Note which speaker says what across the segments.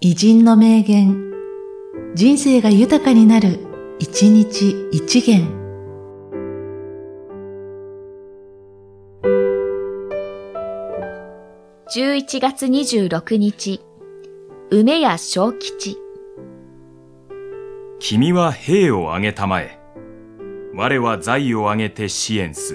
Speaker 1: 偉人の名言、人生が豊かになる、一日一元。
Speaker 2: 11月26日、梅屋正吉。
Speaker 3: 君は兵を挙げたまえ。我は財を挙げて支援す。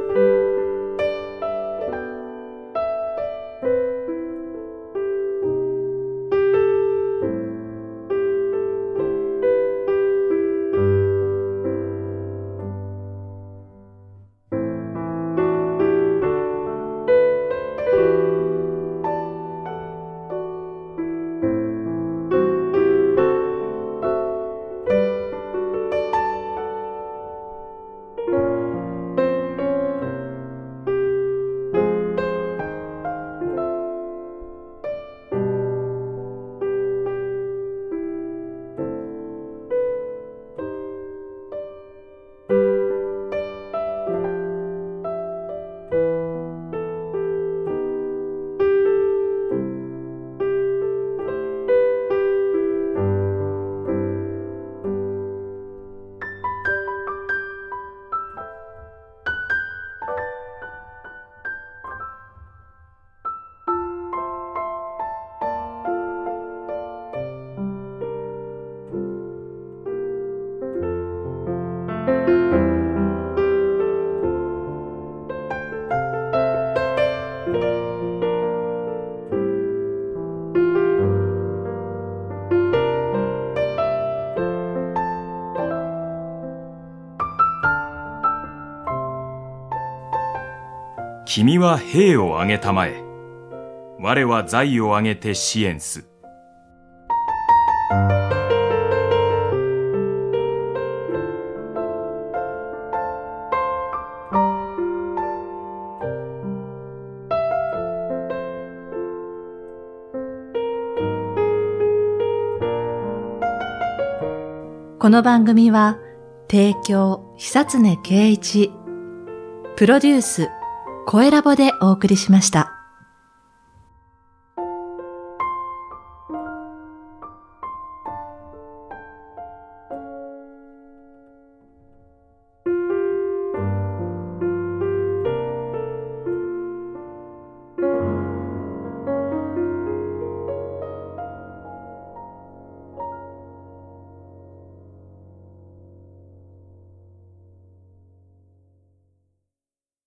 Speaker 3: 君は兵を挙げたまえ。我は財を挙げて支援す。
Speaker 1: この番組は、提供、久常圭一、プロデュース、声ラボでお送りしました。